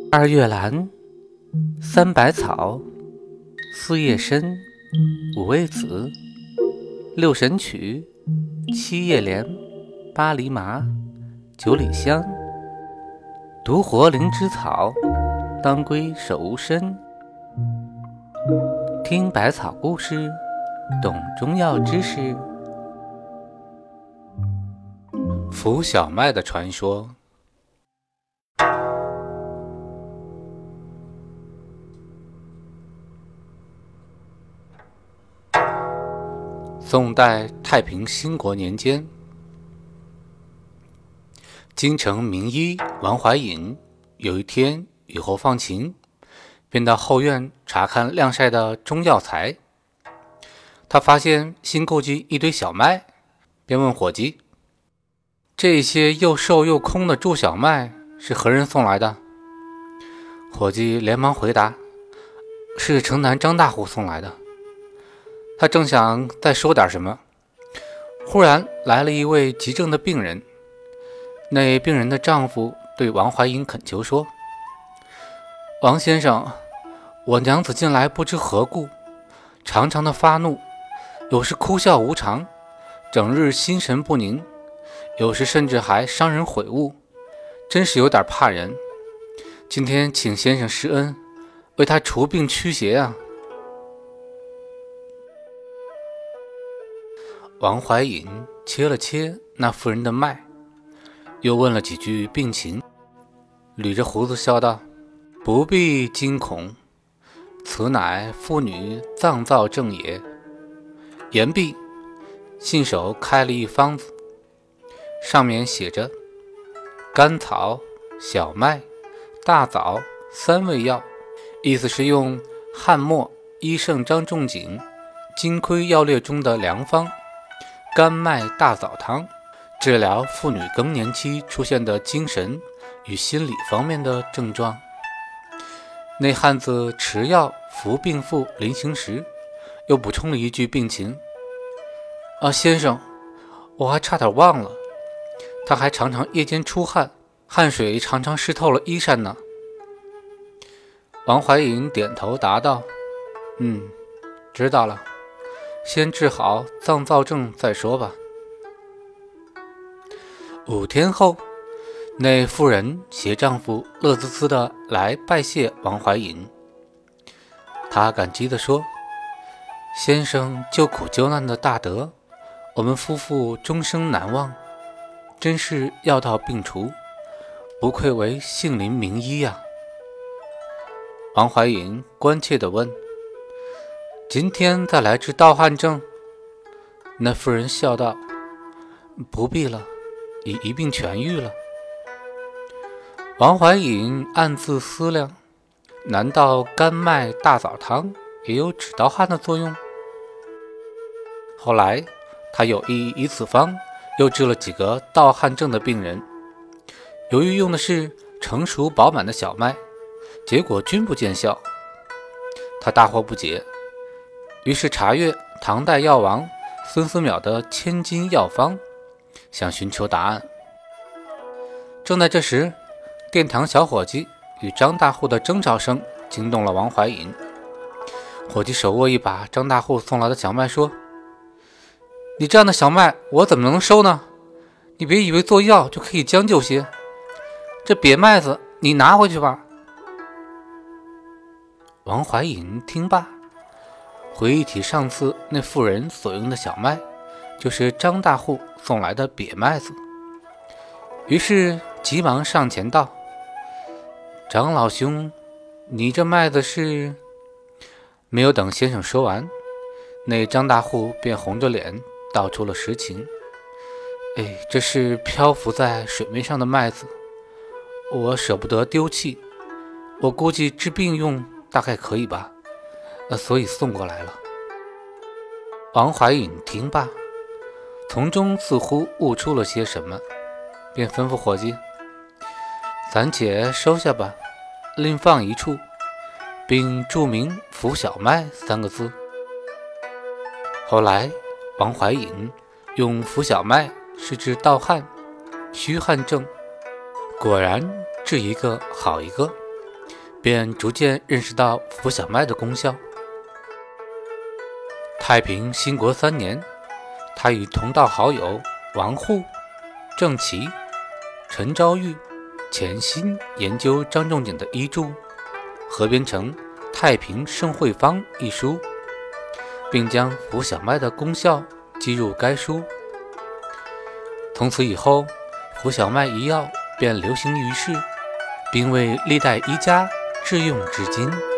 二月兰，三百草，四叶参，五味子，六神曲，七叶莲，八厘麻，九里香，独活灵芝草，当归手无参。听百草故事，懂中药知识。服小麦的传说。宋代太平兴国年间，京城名医王怀隐有一天雨后放晴，便到后院查看晾晒的中药材。他发现新购进一堆小麦，便问伙计：“这些又瘦又空的贮小麦是何人送来的？”伙计连忙回答：“是城南张大户送来的。”他正想再说点什么，忽然来了一位急症的病人。那病人的丈夫对王怀隐恳求说：“王先生，我娘子近来不知何故，常常的发怒，有时哭笑无常，整日心神不宁，有时甚至还伤人毁物，真是有点怕人。今天请先生施恩，为她除病驱邪啊。”王怀隐切了切那妇人的脉，又问了几句病情，捋着胡子笑道：“不必惊恐，此乃妇女脏燥症也。”言毕，信手开了一方子，上面写着：甘草、小麦、大枣三味药，意思是用汉末医圣张仲景《金匮要略》中的良方甘麦大枣汤，治疗妇女更年期出现的精神与心理方面的症状。那汉子持药服病妇临行时，又补充了一句病情：“先生，我还差点忘了，他还常常夜间出汗，汗水常常湿透了衣衫呢。”王怀隐点头答道：“知道了，先治好脏燥症再说吧。”5天后，那妇人携丈夫乐滋滋地来拜谢王怀隐。她感激地说：“先生救苦救难的大德，我们夫妇终生难忘，真是药到病除，不愧为杏林名医呀。”王怀隐关切地问：“今天再来治盗汗症？”那妇人笑道：“不必了，已一并痊愈了。”王怀隐暗自思量，难道甘麦大枣汤也有止盗汗的作用？后来他有意以此方又治了几个盗汗症的病人，由于用的是成熟饱满的小麦，结果均不见效。他大惑不解，于是查阅唐代药王孙思邈的千金药方，想寻求答案。正在这时，殿堂小伙计与张大户的争吵声惊动了王怀隐。伙计手握一把张大户送来的小麦，说：“你这样的小麦我怎么能收呢？你别以为做药就可以将就些，这瘪麦子你拿回去吧。”王怀隐听罢，回忆起上次那妇人所用的小麦，就是张大户送来的瘪麦子，于是急忙上前道：“张老兄，你这麦子是……”没有等先生说完，那张大户便红着脸道出了实情：“这是漂浮在水面上的麦子，我舍不得丢弃，我估计治病用大概可以吧，所以送过来了。”王怀隐听罢，从中似乎悟出了些什么，便吩咐伙计：“暂且收下吧，另放一处，并注明服小麦3个字。”后来王怀隐用服小麦是治盗汗、虚汗症，果然治一个好一个。 便逐渐认识到服小麦的功效。太平兴国3年，他与同道好友王祜、郑琦、陈昭玉潜心研究张仲景的医著，合编成《太平圣惠方》一书，并将服小麦的功效记入该书。从此以后，服小麦一药便流行于世，并为历代医家致用至今。